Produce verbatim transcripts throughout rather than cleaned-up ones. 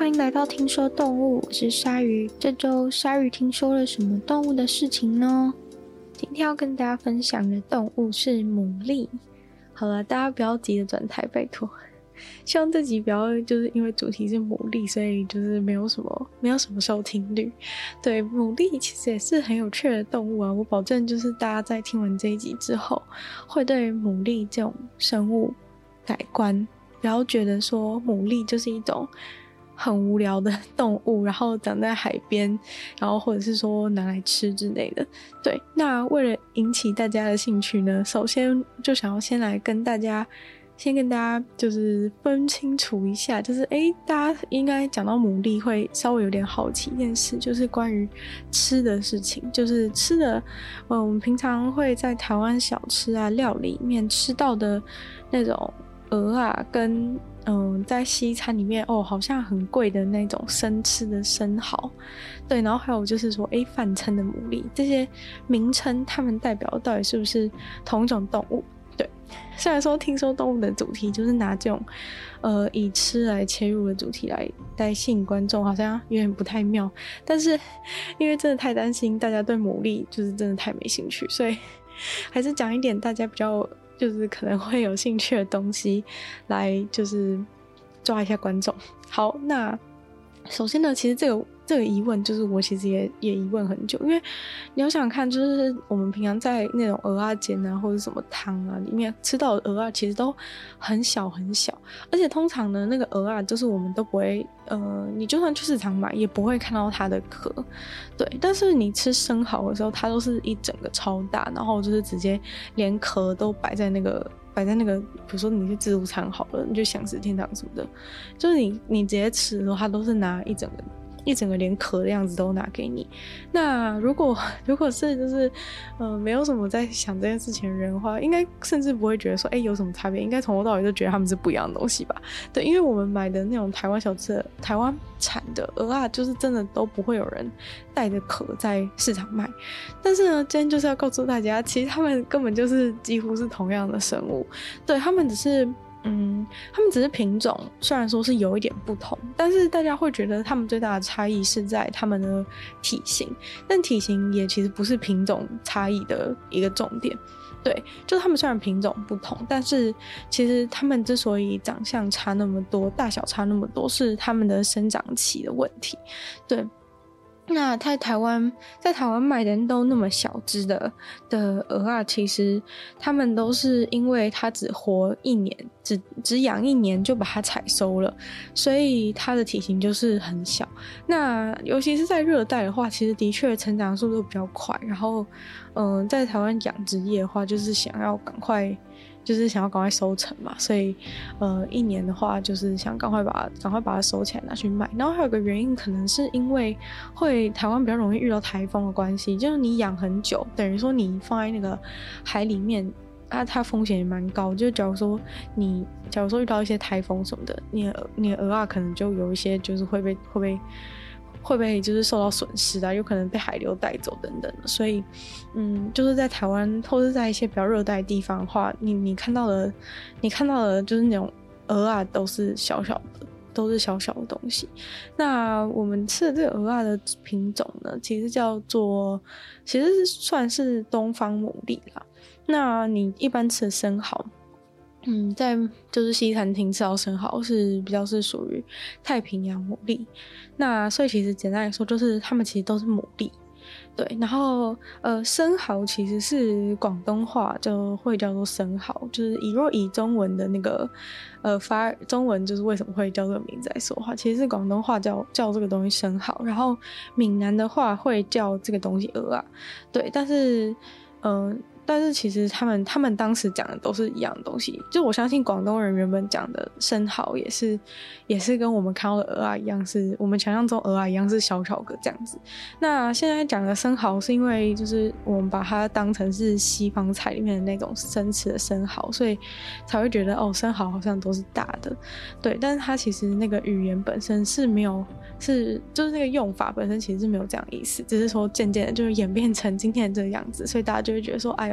欢迎来到听说动物，我是鲨鱼。这周鲨鱼听说了什么动物的事情呢？今天要跟大家分享的动物是牡蛎。好了，大家不要急着转台，拜托。希望这集不要就是因为主题是牡蛎，所以就是没有什么没有什么收听率。对，牡蛎其实也是很有趣的动物啊，我保证就是大家在听完这一集之后，会对牡蛎这种生物改观，不要觉得说牡蛎就是一种很无聊的动物，然后长在海边，然后或者是说拿来吃之类的。对，那为了引起大家的兴趣呢，首先就想要先来跟大家先跟大家就是分清楚一下，就是诶大家应该讲到牡蛎会稍微有点好奇一件事，就是关于吃的事情。就是吃的呃，我们平常会在台湾小吃啊料理里面吃到的那种鹅啊，跟嗯，在西餐里面哦，好像很贵的那种生吃的生蚝，对，然后还有就是说，诶泛称的牡蛎，这些名称，它们代表到底是不是同一种动物？对，虽然说听说动物的主题就是拿这种呃以吃来切入的主题来来吸引观众，好像有点不太妙，但是因为真的太担心大家对牡蛎就是真的太没兴趣，所以还是讲一点大家比较就是可能会有兴趣的东西来就是抓一下观众。好，那首先呢，其实这个这个疑问就是我其实也也疑问很久，因为你要想看，就是我们平常在那种蚵仔煎啊或者什么汤啊里面吃到的蚵仔其实都很小很小，而且通常呢那个蚵仔就是我们都不会呃，你就算去市场买也不会看到它的壳，对，但是你吃生蚝的时候它都是一整个超大，然后就是直接连壳都摆在那个摆在那个，比如说你去自助餐好了，你就享食天堂什么的，就是你你直接吃的时候，它都是拿一整个一整个连壳的样子都拿给你。那如果如果是就是呃没有什么在想这件事情的人的话，应该甚至不会觉得说哎、欸、有什么差别，应该从头到尾就觉得他们是不一样的东西吧。对，因为我们买的那种台湾小吃的台湾产的蚵仔，就是真的都不会有人带着壳在市场卖。但是呢，今天就是要告诉大家，其实他们根本就是几乎是同样的生物，对，他们只是嗯，他们只是品种，虽然说是有一点不同，但是大家会觉得他们最大的差异是在他们的体型，但体型也其实不是品种差异的一个重点。对，就是他们虽然品种不同，但是其实他们之所以长相差那么多，大小差那么多，是他们的生长期的问题。对。那在台湾，在台湾卖的都那么小只的的蚵仔，其实他们都是因为它只活一年，只只养一年就把它采收了，所以它的体型就是很小。那尤其是在热带的话，其实的确成长速度比较快。然后，嗯、呃，在台湾养殖业的话，就是想要赶快。就是想要赶快收成嘛，所以呃一年的话就是想赶快把赶快把它收起来拿去卖。然后还有个原因可能是因为会台湾比较容易遇到台风的关系，就是你养很久，等于说你放在那个海里面啊，它风险也蛮高。就假如说你假如说遇到一些台风什么的，你的你的蚵仔可能就有一些就是会被会被会被就是受到损失啊，有可能被海流带走等等的。所以嗯，就是在台湾或是在一些比较热带的地方的话，你你看到的你看到的就是那种蚵仔都是小小的，都是小小的东西。那我们吃的这个蚵仔的品种呢，其实叫做其实是算是东方牡蛎啦。那你一般吃的生蚝，嗯，在就是西餐厅吃到生蚝是比较是属于太平洋牡蛎。那所以其实简单来说，就是它们其实都是牡蛎。对，然后呃，生蚝其实是广东话就会叫做生蚝，就是以若以中文的那个呃发中文就是为什么会叫这个名字来说的话，其实是广东话叫叫这个东西生蚝，然后闽南的话会叫这个东西蚵仔。对，但是嗯。呃但是其实他们他们当时讲的都是一样的东西，就我相信广东人原本讲的生蚝也是也是跟我们看到的蚵仔一样，是我们想象中蚵仔一样是小小个这样子。那现在讲的生蚝是因为就是我们把它当成是西方菜里面的那种生吃的生蚝，所以才会觉得哦生蚝好像都是大的。对，但是它其实那个语言本身是没有是就是那个用法本身其实是没有这样的意思，只是说渐渐的就是演变成今天的这个样子，所以大家就会觉得说哎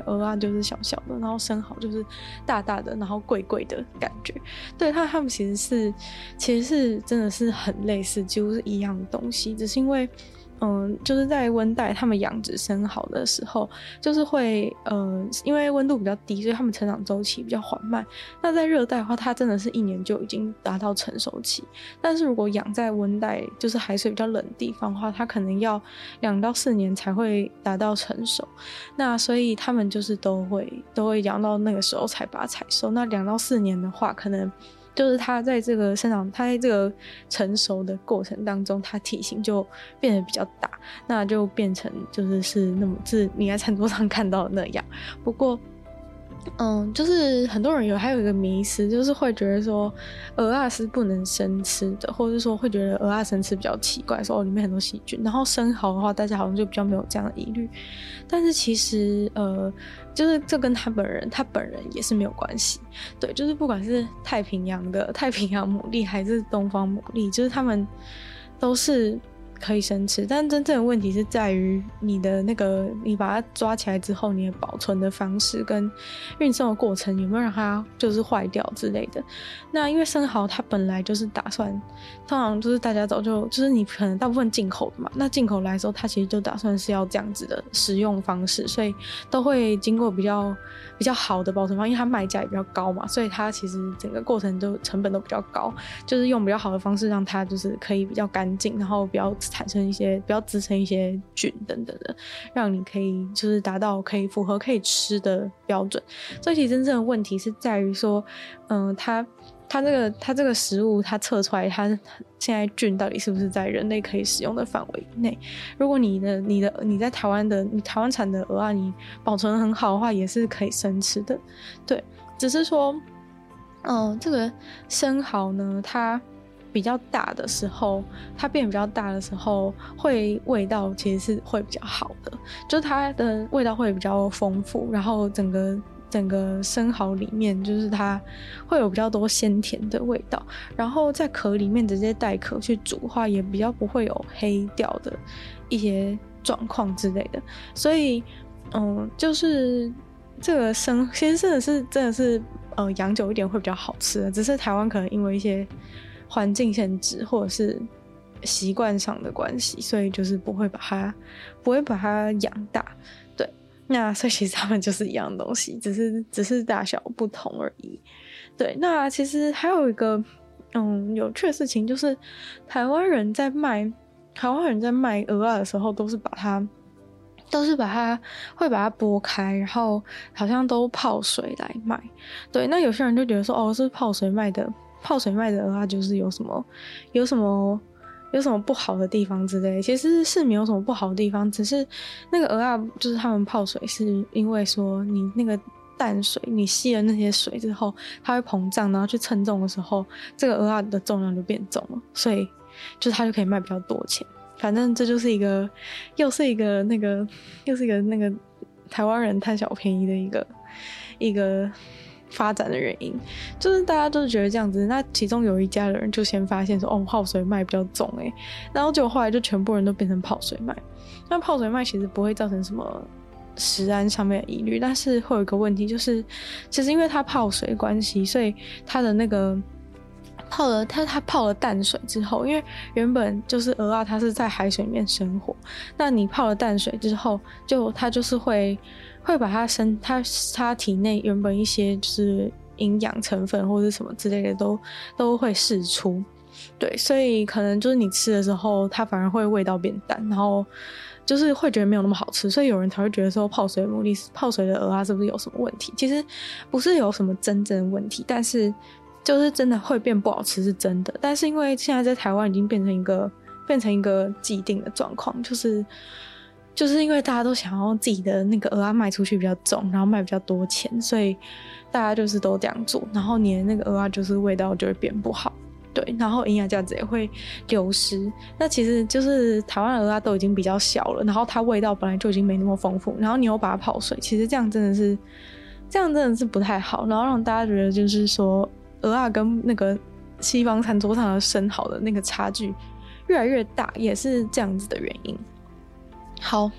鹅啊就是小小的，然后生蚝就是大大的，然后贵贵的感觉。对，它它们其实是其实是真的是很类似，几乎是一样的东西，只是因为嗯，就是在温带他们养殖生蚝的时候，就是会呃，因为温度比较低，所以他们成长周期比较缓慢。那在热带的话，它真的是一年就已经达到成熟期。但是如果养在温带，就是海水比较冷的地方的话，它可能要两到四年才会达到成熟。那所以他们就是都会都会养到那个时候才把它采收。那两到四年的话，可能就是它在这个生长，它在这个成熟的过程当中，它体型就变得比较大，那就变成就是是那么是你在餐桌上看到的那样。不过嗯，就是很多人有还有一个迷思，就是会觉得说蚵仔是不能生吃的，或者是说会觉得蚵仔生吃比较奇怪，说哦里面很多细菌。然后生蚝的话，大家好像就比较没有这样的疑虑。但是其实呃，就是这跟他本人他本人也是没有关系。对，就是不管是太平洋的太平洋牡蛎还是东方牡蛎，就是他们都是可以生吃，但真正的问题是在于你的那个，你把它抓起来之后，你的保存的方式跟运送的过程有没有让它就是坏掉之类的。那因为生蚝它本来就是打算，通常就是大家早就就是你可能大部分进口的嘛，那进口来的时候，它其实就打算是要这样子的食用方式，所以都会经过比较比较好的保存方式，因为它卖价也比较高嘛，所以它其实整个过程都成本都比较高，就是用比较好的方式让它就是可以比较干净，然后不要产生一些不要滋生一些菌等等的，让你可以就是达到可以符合可以吃的标准。所以其实真正的问题是在于说，嗯、呃，它它这个它这个食物它测出来它现在菌到底是不是在人类可以使用的范围内？如果你的你的你在台湾的你台湾产的蚵仔你保存得很好的话，也是可以生吃的。对，只是说，嗯、呃，这个生蚝呢，它比较大的时候，它变比较大的时候，会味道其实是会比较好的，就是它的味道会比较丰富，然后整个整个生蚝里面就是它会有比较多鲜甜的味道，然后在壳里面直接带壳去煮的话，也比较不会有黑掉的一些状况之类的，所以嗯，就是这个生其实真的是真的是呃养久一点会比较好吃的，只是台湾可能因为一些环境限制或者是习惯上的关系，所以就是不会把它不会把它养大。对，那所以其实他们就是一样的东西，只是只是大小不同而已。对，那其实还有一个嗯有趣的事情，就是台湾人在卖台湾人在卖蚵仔的时候，都是把它都是把它会把它剥开，然后好像都泡水来卖。对，那有些人就觉得说，哦，是泡水卖的。泡水卖的蚵仔就是有什么有什么有什么不好的地方之类，其实是没有什么不好的地方，只是那个蚵仔就是他们泡水是因为说你那个淡水你吸了那些水之后它会膨胀，然后去称重的时候这个蚵仔的重量就变重了，所以就是它就可以卖比较多钱。反正这就是一个又是一个那个又是一个那个台湾人贪小便宜的一个一个发展的原因，就是大家都是觉得这样子，那其中有一家的人就先发现说，哦，泡水麦比较重诶，然后结果后来就全部人都变成泡水麦。那泡水麦其实不会造成什么食安上面的疑虑，但是会有一个问题，就是其实因为它泡水关系，所以它的那个泡了它它泡了淡水之后，因为原本就是蚵仔它是在海水里面生活，那你泡了淡水之后，就它就是会会把它身它它体内原本一些就是营养成分或者什么之类的都都会释出。对，所以可能就是你吃的时候它反而会味道变淡，然后就是会觉得没有那么好吃，所以有人才会觉得说泡水牡蛎泡水的蚵仔是不是有什么问题？其实不是有什么真正的问题，但是就是真的会变不好吃是真的。但是因为现在在台湾已经变成一个变成一个既定的状况，就是就是因为大家都想要自己的那个蚵仔卖出去比较重，然后卖比较多钱，所以大家就是都这样做，然后你的那个蚵仔就是味道就会变不好。对，然后营养价值也会流失。那其实就是台湾的蚵仔都已经比较小了，然后它味道本来就已经没那么丰富，然后你又把它泡水，其实这样真的是这样真的是不太好，然后让大家觉得就是说蚵仔跟那个西方餐桌上的生蚝的那个差距越来越大，也是这样子的原因。好，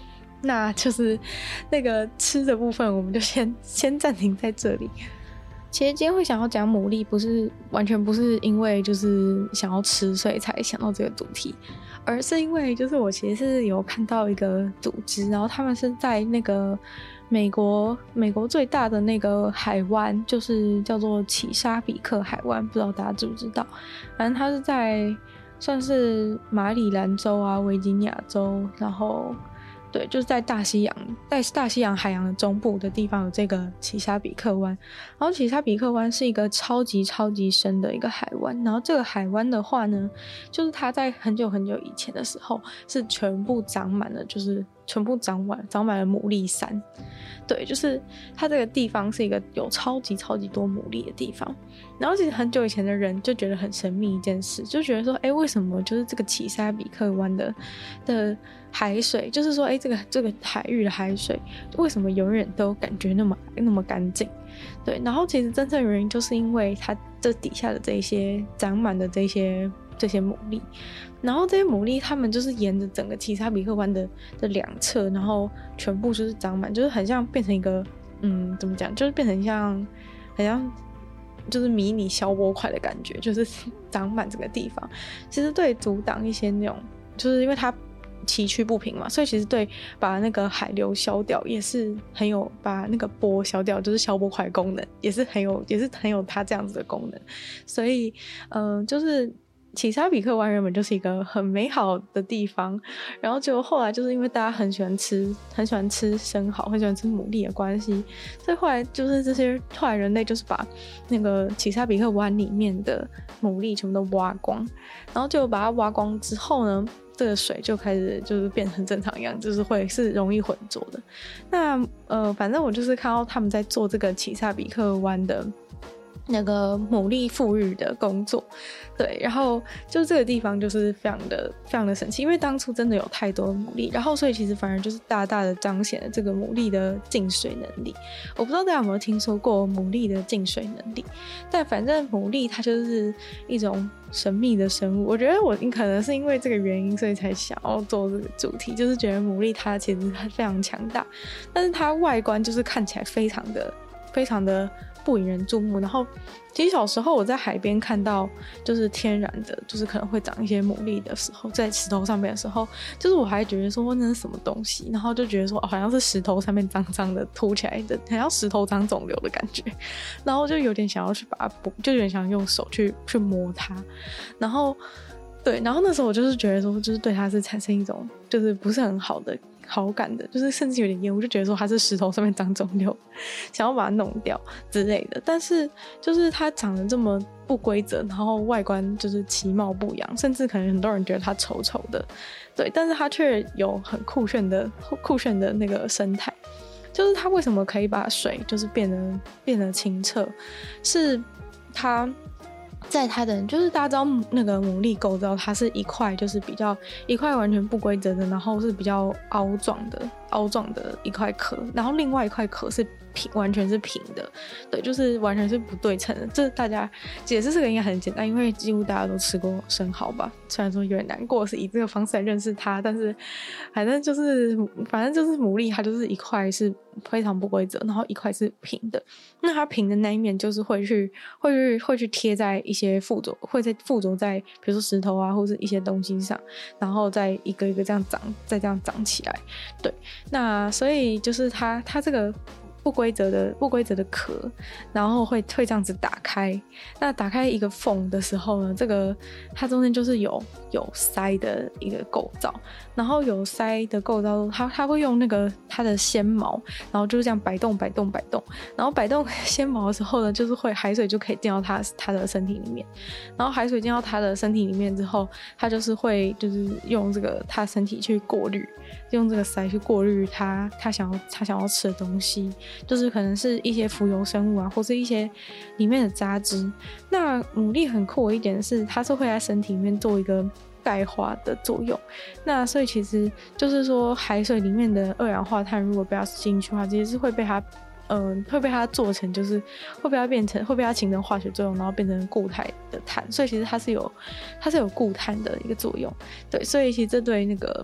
那就是那个吃的部分，我们就先先暂停在这里。其实今天会想要讲牡蛎，不是完全不是因为就是想要吃所以才想到这个主题，而是因为就是我其实是有看到一个组织，然后他们是在那个美国美国最大的那个海湾，就是叫做奇沙比克海湾，不知道大家知不知道。反正它是在算是马里兰州啊、维吉尼亚州，然后对，就是在大西洋，在大西洋海洋的中部的地方有这个奇沙比克湾。然后奇沙比克湾是一个超级超级深的一个海湾，然后这个海湾的话呢，就是它在很久很久以前的时候是全部长满了，就是全部长满长满了牡蛎山。对，就是它这个地方是一个有超级超级多牡蛎的地方。然后其实很久以前的人就觉得很神秘一件事，就觉得说，哎，为什么就是这个奇沙比克湾的的海水，就是说，哎，这个这个海域的海水为什么永远都感觉那么那么干净？对，然后其实真正原因就是因为它这底下的这些长满的这些这些牡蛎。然后这些牡蛎它们就是沿着整个奇沙比克湾的的两侧，然后全部就是长满，就是很像变成一个嗯怎么讲，就是变成像很像就是迷你消波块的感觉，就是长满这个地方。其实对阻挡一些那种，就是因为它崎岖不平嘛，所以其实对把那个海流消掉也是很有，把那个波消掉就是消波块功能也是很有，也是很有它这样子的功能。所以嗯、呃，就是奇沙比克湾原本就是一个很美好的地方，然后结果后来就是因为大家很喜欢吃很喜欢吃生蚝，很喜欢吃牡蛎的关系，所以后来就是这些后来人类就是把那个奇沙比克湾里面的牡蛎全部都挖光，然后就把它挖光之后呢，这个水就开始就是变成正常一样，就是会是容易浑浊的。那呃，反正我就是看到他们在做这个奇沙比克湾的那个牡蛎富裕的工作，对，然后就这个地方就是非常的非常的神奇，因为当初真的有太多的牡蛎，然后所以其实反而就是大大的彰显了这个牡蛎的净水能力。我不知道大家有没有听说过牡蛎的净水能力，但反正牡蛎它就是一种神秘的生物。我觉得我可能是因为这个原因，所以才想要做这个主题，就是觉得牡蛎它其实非常强大，但是它外观就是看起来非常的非常的不引人注目。然后其实小时候我在海边看到就是天然的就是可能会长一些牡蛎的时候，在石头上面的时候，就是我还觉得说那是什么东西，然后就觉得说、哦、好像是石头上面脏脏的凸起来的，好像石头长肿瘤的感觉，然后就有点想要去把它剥，就有点想用手去去摸它，然后对，然后那时候我就是觉得说就是对它是产生一种就是不是很好的好感的，就是甚至有点厌恶，就觉得说它是石头上面长肿瘤，想要把它弄掉之类的。但是就是它长得这么不规则，然后外观就是其貌不扬，甚至可能很多人觉得它丑丑的，对，但是它却有很酷炫的酷炫的那个生态。就是它为什么可以把水就是变得变得清澈，是它在它的就是大家知道那个牡蛎构造，它是一块就是比较一块完全不规则的，然后是比较凹状的凹状的一块壳，然后另外一块壳是平，完全是平的，对，就是完全是不对称的。这大家解释这个应该很简单，因为几乎大家都吃过生蚝吧，虽然说有点难过是以这个方式来认识它，但是反正就是反正就是牡蛎它就是一块是非常不规则，然后一块是平的，那它平的那一面就是会去会去会去贴在一些附着，会在附着在比如说石头啊或是一些东西上，然后再一个一个这样长，再这样长起来，对，那所以就是它它这个不规则的不规则的壳，然后会会这样子打开，那打开一个缝的时候呢，这个它中间就是有有鳃的一个构造，然后有鳃的构造，它它会用那个它的纤毛，然后就是这样摆动摆动摆动，然后摆动纤毛的时候呢，就是会海水就可以进到它它的身体里面，然后海水进到它的身体里面之后，它就是会就是用这个它身体去过滤，用这个鳃去过滤它它想要它想要吃的东西，就是可能是一些浮游生物啊，或是一些里面的杂质。那牡蛎很酷的一点是，它是会在身体里面做一个钙化的作用。那所以其实就是说，海水里面的二氧化碳如果被它吸进去的话，其实是会被它，嗯、呃，会被它做成，就是会被它变成，会被它形成化学作用，然后变成固态的碳。所以其实它是有，它是有固碳的一个作用。对，所以其实这对那个。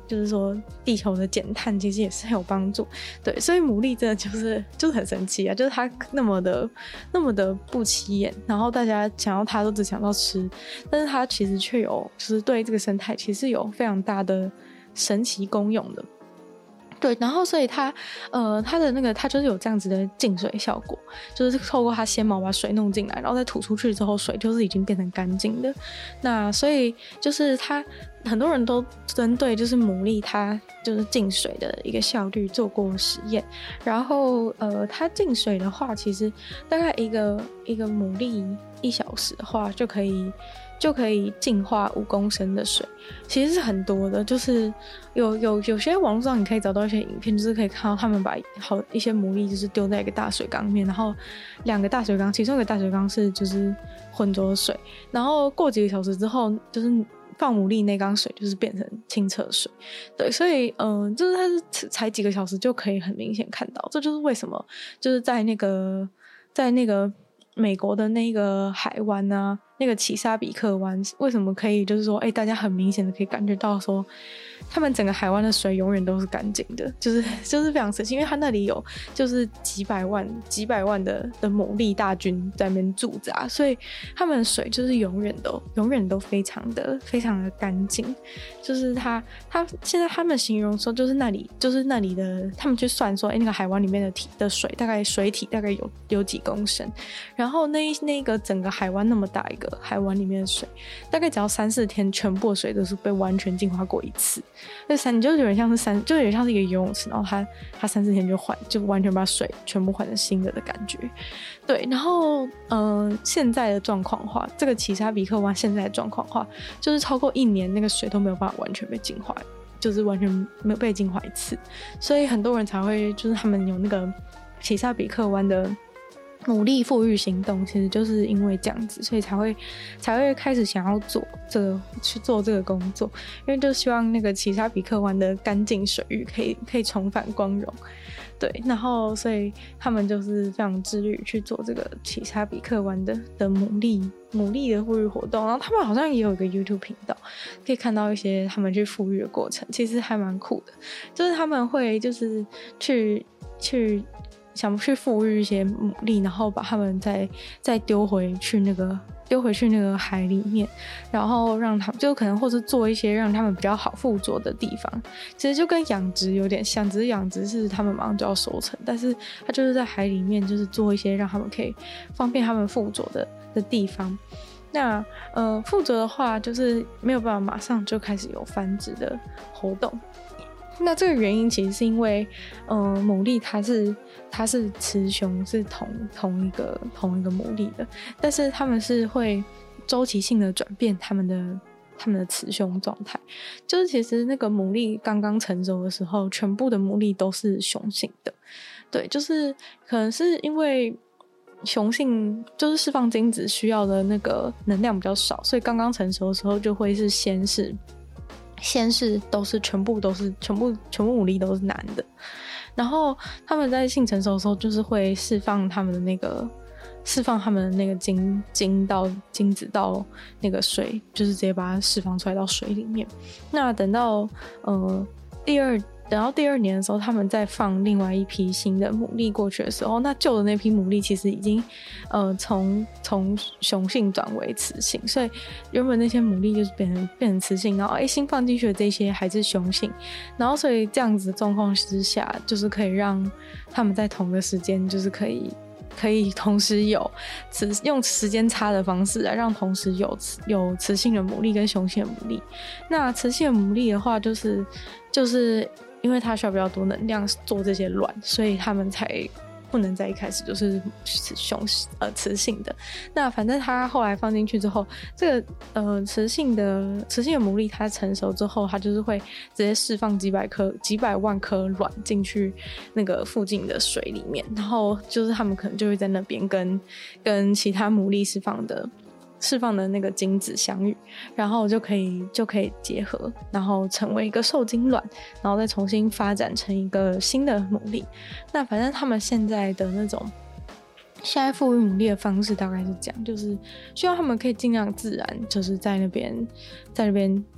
就是说地球的减碳其实也是很有帮助。对，所以牡蛎真的就是就是很神奇啊，就是它那么的那么的不起眼，然后大家想要它都只想到吃，但是它其实却有就是对这个生态其实有非常大的神奇功用的。对，然后所以它，呃，它的那个它就是有这样子的净水效果，就是透过它纤毛把水弄进来，然后再吐出去之后，水就是已经变成干净的。那所以就是它很多人都针对就是牡蛎它就是净水的一个效率做过实验，然后呃，它净水的话，其实大概一个一个牡蛎一小时的话就可以。就可以净化五公升的水，其实是很多的。就是有有有些网络上你可以找到一些影片，就是可以看到他们把好一些牡蛎就是丢在一个大水缸里面，然后两个大水缸，其中一个大水缸是就是浑浊水，然后过几个小时之后，就是放牡蛎那缸水就是变成清澈水。对，所以嗯、呃，就是它是才几个小时就可以很明显看到，这就是为什么就是在那个在那个美国的那个海湾啊。那个奇沙比克湾为什么可以就是说哎、欸，大家很明显的可以感觉到说他们整个海湾的水永远都是干净的，就是就是非常神奇，因为它那里有就是几百万几百万的的牡蛎大军在那边驻扎，所以他们的水就是永远都永远都非常的非常的干净。就是他他现在他们形容说就是那里就是那里的他们去算说哎、欸，那个海湾里面的体的水大概水体大概有有几公升，然后那那个整个海湾那么大一个海湾里面的水大概只要三四天全部的水都是被完全净化过一次，那三你就有点像是三就有点像是一个游泳池，然后它它三四天就换就完全把水全部换成新的的感觉。对，然后嗯、呃，现在的状况话，这个奇沙比克湾现在的状况话，就是超过一年那个水都没有办法完全被净化，就是完全没有被净化一次，所以很多人才会就是他们有那个奇沙比克湾的牡蛎复育行动，其实就是因为这样子，所以才会才会开始想要做这个去做这个工作，因为就希望那个奇沙比克湾的干净水域可以可以重返光荣。对，然后所以他们就是非常致力去做这个奇沙比克湾的的牡蛎牡蛎的复育活动，然后他们好像也有一个 YouTube 频道，可以看到一些他们去复育的过程，其实还蛮酷的，就是他们会就是去去。想去复育一些牡蛎，然后把它们再再丢回去那个丢回去那个海里面，然后让他们就可能或是做一些让他们比较好附着的地方，其实就跟养殖有点像，只是养殖是他们马上就要收成，但是它就是在海里面就是做一些让他们可以方便他们附着的的地方。那呃附着的话就是没有办法马上就开始有繁殖的活动。那这个原因其实是因为，呃，牡蛎它是它是雌雄是同同一个同一个牡蛎的，但是它们是会周期性的转变它们的它们的雌雄状态。就是其实那个牡蛎刚刚成熟的时候，全部的牡蛎都是雄性的，对，就是可能是因为雄性就是释放精子需要的那个能量比较少，所以刚刚成熟的时候就会是先是。先是都是全部都是全部全部牡蛎都是男的，然后他们在性成熟的时候就是会释放他们的那个释放他们的那个精精到精子到那个水，就是直接把它释放出来到水里面。那等到呃第二等到第二年的时候，他们再放另外一批新的牡蛎过去的时候，那旧的那批牡蛎其实已经呃从从雄性转为雌性，所以原本那些牡蛎就是变成变成雌性，然后哎新放进去的这些还是雄性，然后所以这样子的状况之下，就是可以让他们在同个时间就是可以。可以同时有雌用时间差的方式来让同时有雌有雌性的牡蛎跟雄性的牡蛎。那雌性的牡蛎的话，就是就是因为它需要比较多能量做这些卵，所以他们才不能在一开始就是雄呃雌性的。那反正它后来放进去之后，这个呃雌性的雌性的牡蛎它成熟之后，它就是会直接释放几百颗几百万颗卵进去那个附近的水里面，然后就是他们可能就会在那边跟跟其他牡蛎释放的。释放的那个精子相遇，然后就可以就可以结合，然后成为一个受精卵，然后再重新发展成一个新的牡蛎。那反正他们现在的那种现在复育牡蛎的方式大概是这样，就是希望他们可以尽量自然，就是在那边在那边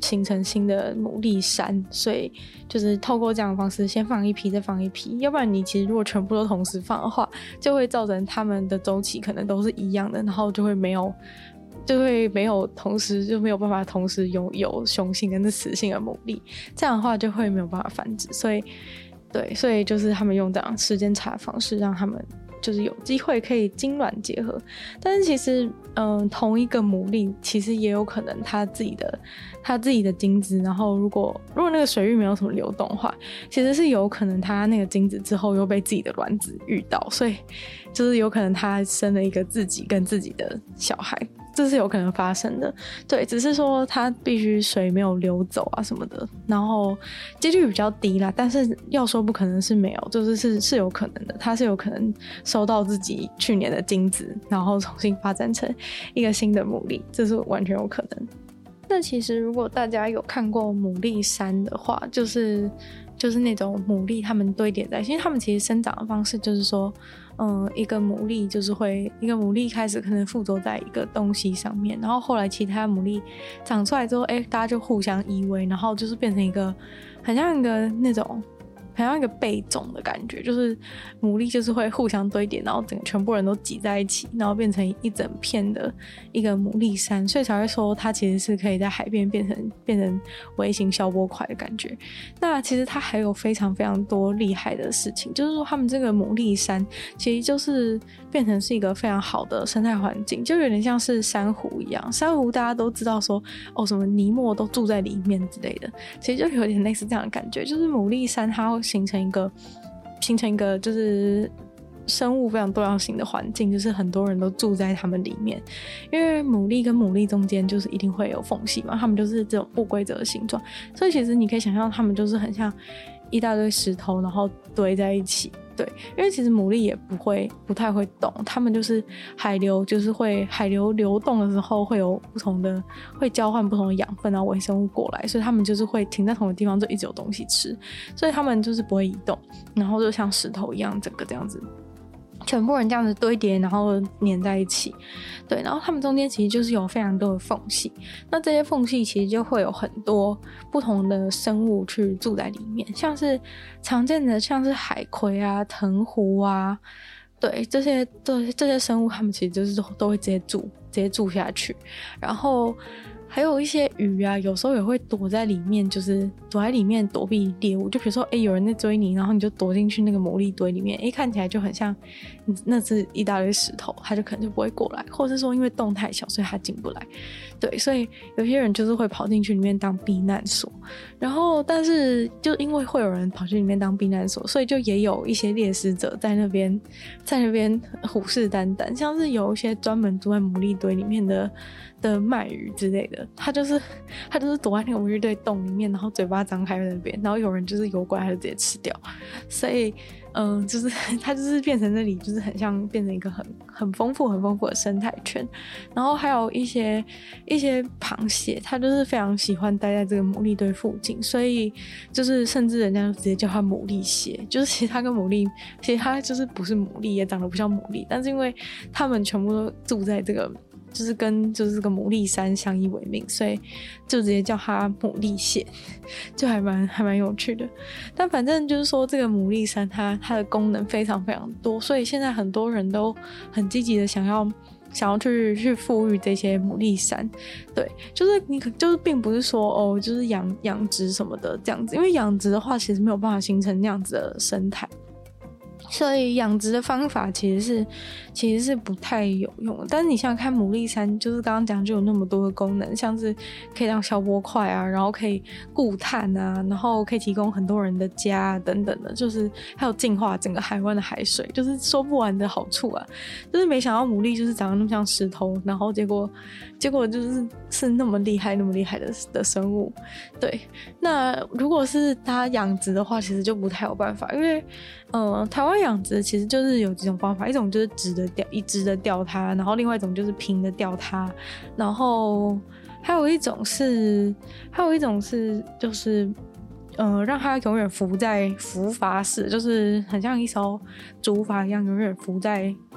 形成新的牡蛎山，所以就是透过这样的方式先放一批再放一批，要不然你其实如果全部都同时放的话，就会造成它们的周期可能都是一样的，然后就会没有就会没有同时就没有办法同时拥有雄性跟雌性的牡蛎，这样的话就会没有办法繁殖，所以对，所以就是他们用这样时间差的方式让他们就是有机会可以精卵结合。但是其实嗯，同一个牡蛎其实也有可能它自己的它自己的精子，然后如果如果那个水域没有什么流动的话，其实是有可能它那个精子之后又被自己的卵子遇到，所以就是有可能它生了一个自己跟自己的小孩，这是有可能发生的。对，只是说它必须水没有流走啊什么的，然后几率比较低啦，但是要说不可能是没有，就是是是有可能的，它是有可能收到自己去年的精子，然后重新发展成一个新的牡蛎，这是完全有可能。那其实如果大家有看过牡蛎山的话，就是就是那种牡蛎它们堆叠在一起，因为它们其实生长的方式就是说嗯，一个牡蛎就是会一个牡蛎开始可能附着在一个东西上面，然后后来其他牡蛎长出来之后，哎，大家就互相依偎，然后就是变成一个很像一个那种很像一个贝种的感觉，就是牡蛎就是会互相堆叠，然后整个全部人都挤在一起，然后变成一整片的一个牡蛎山，所以才会说它其实是可以在海边变成变成微型消波块的感觉。那其实它还有非常非常多厉害的事情，就是说他们这个牡蛎山其实就是变成是一个非常好的生态环境，就有点像是珊瑚一样。珊瑚大家都知道说哦什么尼莫都住在里面之类的，其实就有点类似这样的感觉，就是牡蛎山它会形成一个形成一个就是生物非常多样性的环境，就是很多人都住在他们里面，因为牡蛎跟牡蛎中间就是一定会有缝隙嘛，他们就是这种不规则的形状，所以其实你可以想象他们就是很像一大堆石头然后堆在一起。对，因为其实牡蛎也不会不太会动，他们就是海流就是会海流流动的时候会有不同的会交换不同的养分然后微生物过来，所以他们就是会停在同一个地方就一直有东西吃，所以他们就是不会移动，然后就像石头一样整个这样子全部人这样子堆叠然后粘在一起。对，然后他们中间其实就是有非常多的缝隙，那这些缝隙其实就会有很多不同的生物去住在里面，像是常见的像是海葵啊藤壶啊，对，这些对这些生物他们其实就是都都会直接住直接住下去，然后还有一些鱼啊有时候也会躲在里面，就是躲在里面躲避猎物，就比如说哎有人在追你，然后你就躲进去那个牡蛎堆里面，哎看起来就很像那是一大堆石头，它就可能就不会过来，或者是说因为洞太小所以它进不来。对，所以有些人就是会跑进去里面当避难所，然后但是就因为会有人跑去里面当避难所，所以就也有一些猎食者在那边在那边虎视眈眈，像是有一些专门住在牡蛎堆里面的的鳗鱼之类的，他就是他就是躲在那个牡蛎堆洞里面，然后嘴巴张开在那边，然后有人就是游过来他就直接吃掉，所以嗯，就是它就是变成那里就是很像变成一个很很丰富很丰富的生态圈。然后还有一些一些螃蟹，它就是非常喜欢待在这个牡蛎堆附近，所以就是甚至人家就直接叫它牡蛎蟹，就是其实它跟牡蛎其实它就是不是牡蛎，也长得不像牡蛎，但是因为它们全部都住在这个就是跟就是这个牡蛎山相依为命，所以就直接叫它牡蛎蟹，就还蛮还蛮有趣的。但反正就是说这个牡蛎山它它的功能非常非常多，所以现在很多人都很积极的想要想要去去富裕这些牡蛎山。对，就是你就是并不是说哦就是养养殖什么的这样子，因为养殖的话其实没有办法形成那样子的生态，所以养殖的方法其实是其实是不太有用的。但是你想想看，牡蛎山就是刚刚讲就有那么多的功能，像是可以让消波块啊，然后可以固碳啊，然后可以提供很多人的家啊等等的，就是还有净化整个海湾的海水，就是说不完的好处啊。就是没想到牡蛎就是长得那么像石头，然后结果结果就是是那么厉害那么厉害的的生物。对，那如果是它养殖的话其实就不太有办法，因为呃，台湾养殖其实就是有几种方法，一种就是直的钓，一直的钓它，然后另外一种就是平的钓它，然后还有一种是，还有一种是就是呃，让它永远浮在浮筏式，就是很像一艘竹筏一样，永远浮在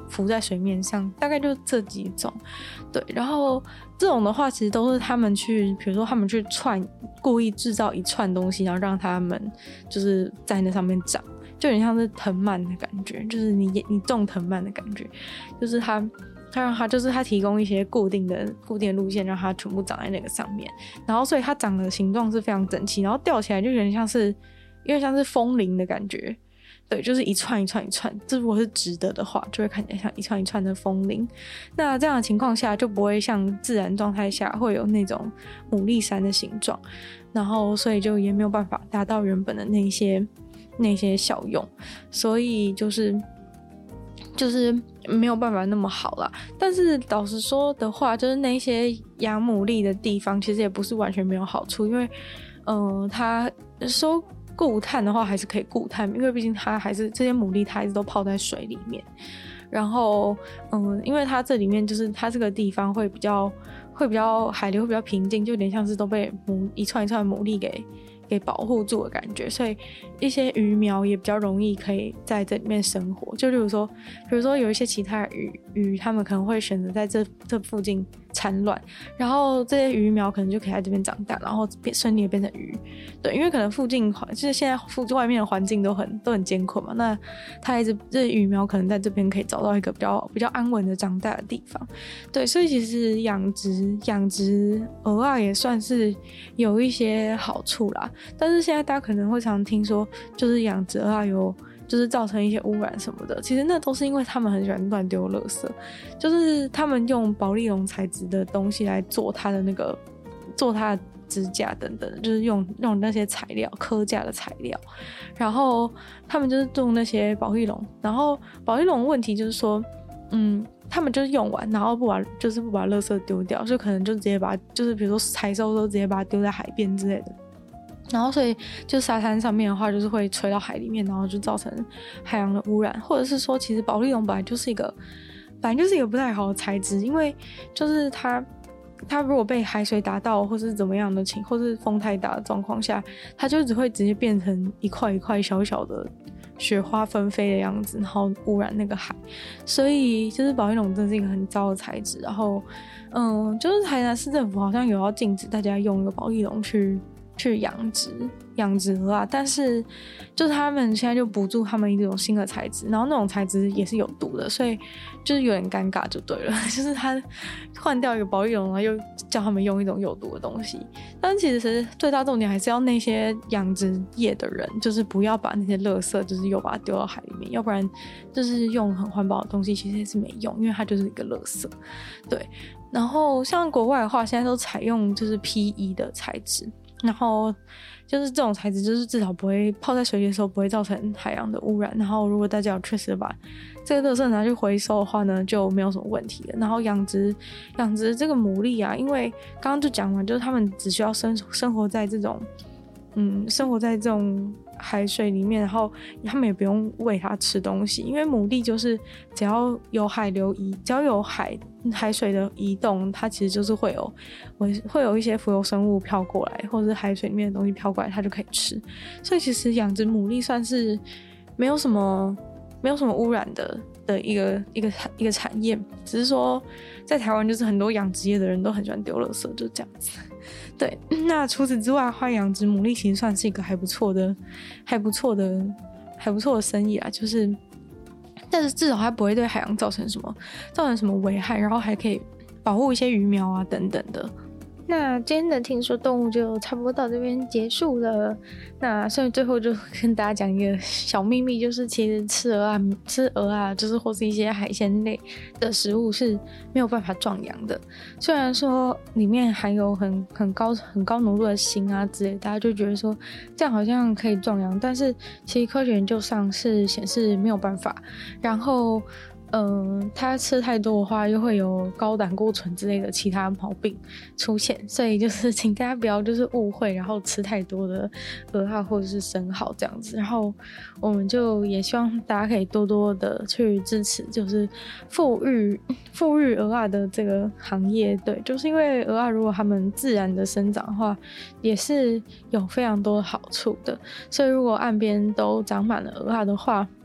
浮在水面上，大概就这几种。对，然后这种的话其实都是他们去，比如说他们去串，故意制造一串东西，然后让他们就是在那上面长，就有点像是藤蔓的感觉，就是你你种藤蔓的感觉，就是他他让他就是他提供一些固定的固定的路线，让它全部长在那个上面，然后所以它长的形状是非常整齐，然后吊起来就有点像是有点像是风铃的感觉。对，就是一串一串一串，这如果是直的的话，就会看起来像一串一串的风铃。那这样的情况下，就不会像自然状态下会有那种牡蛎山的形状，然后所以就也没有办法达到原本的那些那些效用，所以就是就是没有办法那么好啦。但是老实说的话，就是那些养牡蛎的地方，其实也不是完全没有好处，因为呃，它收固碳的话还是可以固碳，因为毕竟它还是这些牡蛎它还是都泡在水里面，然后嗯，因为它这里面就是它这个地方会比较会比较海流会比较平静，就有点像是都被牡一串一串牡蛎给给保护住的感觉，所以一些鱼苗也比较容易可以在这里面生活。就例如说比如说有一些其他的鱼鱼他们可能会选择在这这附近产卵，然后这些鱼苗可能就可以在这边长大，然后变顺利的变成鱼。对，因为可能附近就是现在附近外面的环境都很都很艰困嘛，那它一直这鱼苗可能在这边可以找到一个比较比较安稳的长大的地方。对，所以其实养殖养殖鹅啊也算是有一些好处啦。但是现在大家可能会常听说，就是养殖鹅啊有就是造成一些污染什么的，其实那都是因为他们很喜欢乱丢垃圾，就是他们用保丽龙材质的东西来做它的那个做它的支架等等，就是用用那些材料科架的材料，然后他们就是用那些保丽龙，然后保丽龙的问题就是说嗯他们就是用完然后不把就是不把垃圾丢掉，就可能就直接把就是比如说采收都直接把它丢在海边之类的，然后所以就沙滩上面的话就是会吹到海里面，然后就造成海洋的污染。或者是说其实保丽龙本来就是一个本来就是一个不太好的材质，因为就是它它如果被海水打到或是怎么样的情或是风太大的状况下，它就只会直接变成一块一块小小的雪花纷飞的样子，然后污染那个海。所以就是保丽龙真是一个很糟的材质，然后嗯，就是台南市政府好像有要禁止大家用一个保丽龙去去养殖养殖鹅啊，但是就是他们现在就补助他们一种新的材质，然后那种材质也是有毒的，所以就是有点尴尬就对了，就是他换掉一个保丽龙，然后又叫他们用一种有毒的东西。但其实最大重点还是要那些养殖业的人，就是不要把那些垃圾就是又把它丢到海里面，要不然就是用很环保的东西其实也是没用，因为它就是一个垃圾。对，然后像国外的话现在都采用就是 P E 的材质，然后就是这种材质就是至少不会泡在水里的时候不会造成海洋的污染，然后如果大家有确实把这个垃圾拿去回收的话呢就没有什么问题了。然后养殖养殖这个牡蛎啊，因为刚刚就讲完，就是他们只需要生生活在这种嗯生活在这种海水里面，然后他们也不用喂它吃东西，因为牡蛎就是只要有海流移只要有海海水的移动，它其实就是会有会有一些浮游生物飘过来，或者是海水里面的东西飘过来它就可以吃。所以其实养殖牡蛎算是没有什么没有什么污染的的一个一个一个产业，只是说在台湾就是很多养殖业的人都很喜欢丢垃圾，就这样子。对，那除此之外的话，养殖牡蛎其实算是一个还不错的还不错的还不错的生意啦，就是但是至少它不会对海洋造成什么造成什么危害，然后还可以保护一些鱼苗啊等等的。那今天的听说动物就差不多到这边结束了。那所以最后就跟大家讲一个小秘密，就是其实吃鹅啊吃鹅啊就是或是一些海鲜类的食物是没有办法壮阳的。虽然说里面含有很很高很高浓度的锌啊之类，大家就觉得说这样好像可以壮阳，但是其实科学研究上是显示没有办法。然后嗯、呃，它吃太多的话又会有高胆固醇之类的其他毛病出现，所以就是请大家不要就是误会然后吃太多的鹅啊或者是生蚝这样子。然后我们就也希望大家可以多多的去支持就是富裕富裕鹅啊的这个行业。对，就是因为鹅啊如果它们自然的生长的话也是有非常多的好处的，所以如果岸边都长满了鹅啊的话，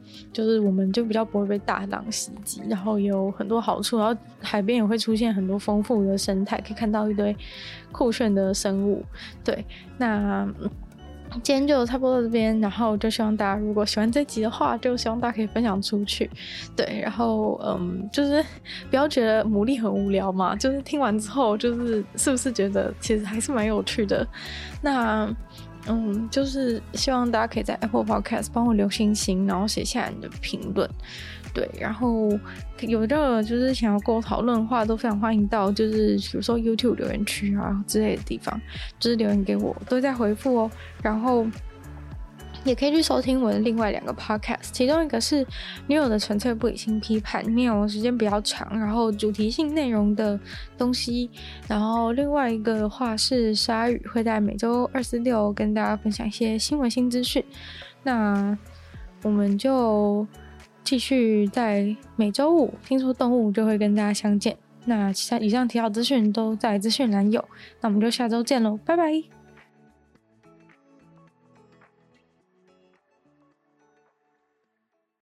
就是我们就比较不会被大浪袭击，然后也有很多好处，然后海边也会出现很多丰富的生态，可以看到一堆酷炫的生物。对，那今天就差不多到这边，然后就希望大家如果喜欢这集的话，就希望大家可以分享出去。对，然后嗯，就是不要觉得牡蛎很无聊嘛，就是听完之后，就是是不是觉得其实还是蛮有趣的？那嗯，就是希望大家可以在 Apple Podcast 帮我留星星，然后写下来你的评论。对，然后有任何就是想要跟我讨论的话，都非常欢迎到就是比如说 YouTube 留言区啊之类的地方，就是留言给我，都在回复哦。然后也可以去收听我的另外两个 podcast， 其中一个是女友的纯粹不理性批判，内容时间比较长，然后主题性内容的东西，然后另外一个的话是鲨鱼，会在每周二四六跟大家分享一些新闻新资讯。那我们就继续在每周五听说动物就会跟大家相见。那以上提到资讯都在资讯栏有，那我们就下周见咯，拜拜。